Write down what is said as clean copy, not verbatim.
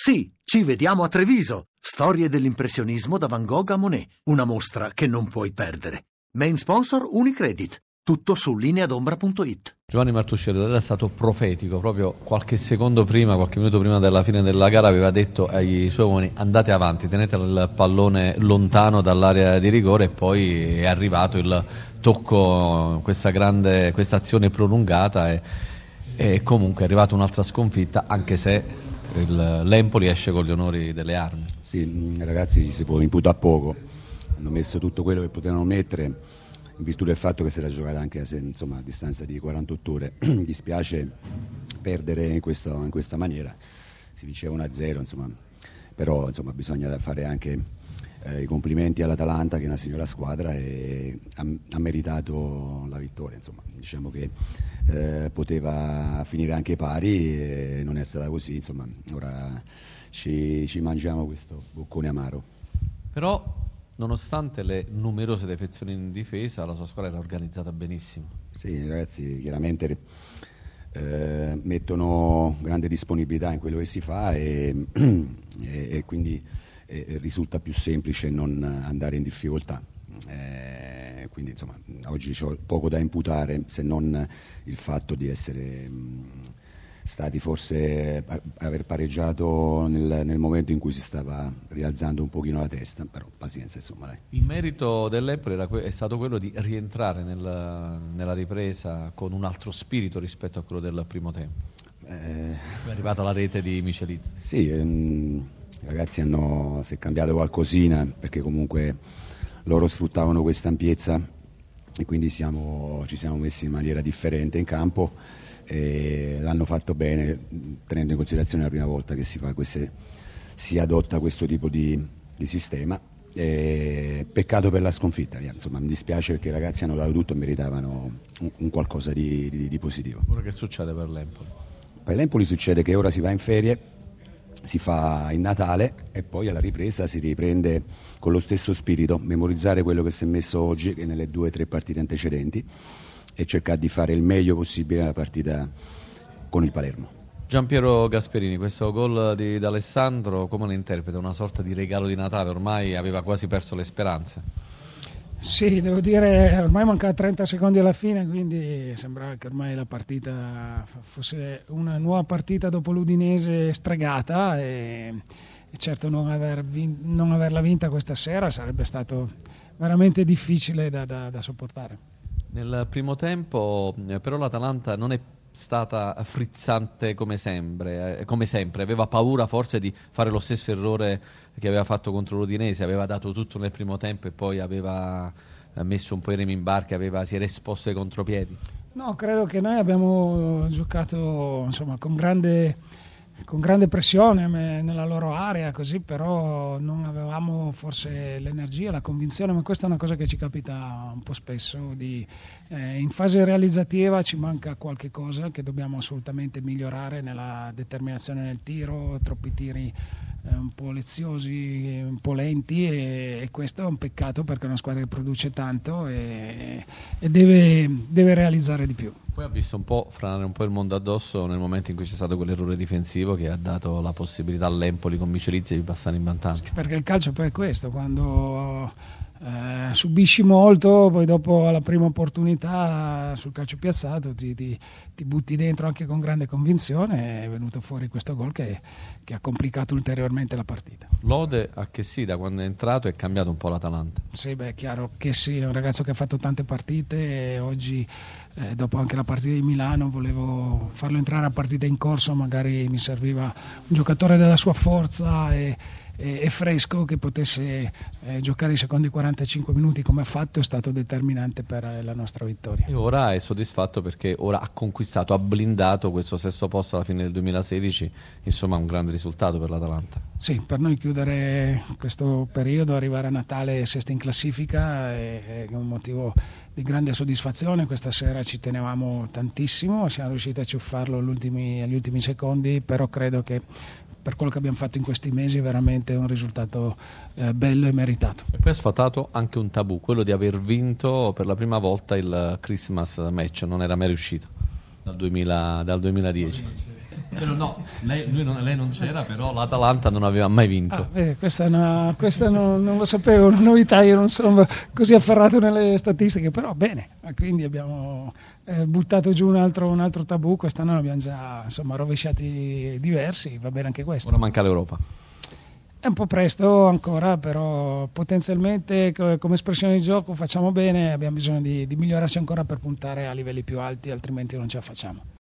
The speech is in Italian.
Sì, ci vediamo a Treviso. Storie dell'impressionismo da Van Gogh a Monet. Una mostra che non puoi perdere. Main sponsor Unicredit. Tutto su lineadombra.it. Giovanni Martuscello era stato profetico, proprio qualche minuto prima della fine della gara aveva detto ai suoi uomini: andate avanti, tenete il pallone lontano dall'area di rigore, e poi è arrivato il tocco, questa azione prolungata e comunque è arrivata un'altra sconfitta, anche se l'Empoli esce con gli onori delle armi. Sì, ragazzi, si può imputare poco, hanno messo tutto quello che potevano mettere, in virtù del fatto che si era giocata anche a distanza di 48 ore. Dispiace perdere in questa maniera, si vinceva 1-0, però bisogna fare anche i complimenti all'Atalanta, che è una signora squadra e ha meritato la vittoria. Diciamo che poteva finire anche pari e non è stata così, ora ci mangiamo questo boccone amaro. Però nonostante le numerose defezioni in difesa, la sua squadra era organizzata benissimo. Sì, i ragazzi chiaramente mettono grande disponibilità in quello che si fa e quindi risulta più semplice non andare in difficoltà. Quindi oggi ho poco da imputare, se non il fatto di essere stati forse aver pareggiato nel momento in cui si stava rialzando un pochino la testa, però pazienza, dai. Il merito dell'Empoli è stato quello di rientrare nella ripresa con un altro spirito rispetto a quello del primo tempo. È arrivata la rete di Michelizza. Sì, i ragazzi si è cambiato qualcosina, perché comunque loro sfruttavano questa ampiezza e quindi ci siamo messi in maniera differente in campo. E l'hanno fatto bene, tenendo in considerazione la prima volta che si adotta questo tipo di sistema. Peccato per la sconfitta, mi dispiace, perché i ragazzi hanno dato tutto e meritavano un qualcosa di positivo. Ora che succede per l'Empoli? Per l'Empoli succede che ora si va in ferie, si fa il Natale e poi alla ripresa si riprende con lo stesso spirito, memorizzare quello che si è messo oggi e nelle 2 o 3 partite antecedenti, e cercare di fare il meglio possibile la partita con il Palermo. Giampiero Gasperini, questo gol di D'Alessandro come lo interpreta? Una sorta di regalo di Natale? Ormai aveva quasi perso le speranze. Sì, devo dire, ormai mancava 30 secondi alla fine, quindi sembrava che ormai la partita fosse una nuova partita dopo l'Udinese stregata, e certo non averla vinta questa sera sarebbe stato veramente difficile da sopportare. Nel primo tempo però l'Atalanta non è stata frizzante come sempre, aveva paura forse di fare lo stesso errore che aveva fatto contro l'Udinese, aveva dato tutto nel primo tempo e poi aveva messo un po' i remi in barca, si era esposto ai contropiedi. No, credo che noi abbiamo giocato con grande pressione nella loro area, così, però non avevamo forse l'energia, la convinzione, ma questa è una cosa che ci capita un po' spesso, in fase realizzativa ci manca qualche cosa che dobbiamo assolutamente migliorare nella determinazione nel tiro, troppi tiri un po' leziosi, un po' lenti, e questo è un peccato, perché è una squadra che produce tanto e deve realizzare di più. Poi ha visto un po' franare un po' il mondo addosso nel momento in cui c'è stato quell'errore difensivo che ha dato la possibilità all'Empoli con Michelizza di passare in vantaggio. Perché il calcio poi è questo, quando subisci molto, poi dopo alla prima opportunità sul calcio piazzato ti butti dentro anche con grande convinzione, è venuto fuori questo gol che ha complicato ulteriormente la partita. Lode a Chessy, da quando è entrato è cambiato un po' l'Atalanta. Sì, è chiaro che sì, è un ragazzo che ha fatto tante partite e oggi dopo anche la partita di Milano volevo farlo entrare a partita in corso, magari mi serviva un giocatore della sua forza e fresco, che potesse giocare i secondi 45 minuti come ha fatto. È stato determinante per la nostra vittoria. E ora è soddisfatto perché ora ha blindato questo sesto posto alla fine del 2016, insomma un grande risultato per l'Atalanta. Sì, per noi chiudere questo periodo, arrivare a Natale sesta in classifica è un motivo di grande soddisfazione. Questa sera ci tenevamo tantissimo, siamo riusciti a ciuffarlo agli ultimi secondi, però credo che per quello che abbiamo fatto in questi mesi è veramente un risultato bello e meritato. E poi ha sfatato anche un tabù, quello di aver vinto per la prima volta il Christmas match, non era mai riuscito dal 2010. No, lei non c'era, però l'Atalanta non aveva mai vinto. Questa non lo sapevo, una novità, io non sono così afferrato nelle statistiche, però bene, quindi abbiamo buttato giù un altro tabù, quest'anno ne abbiamo già rovesciati diversi, va bene anche questo. Ora manca l'Europa. È un po' presto ancora, però potenzialmente come espressione di gioco facciamo bene, abbiamo bisogno di migliorarci ancora per puntare a livelli più alti, altrimenti non ce la facciamo.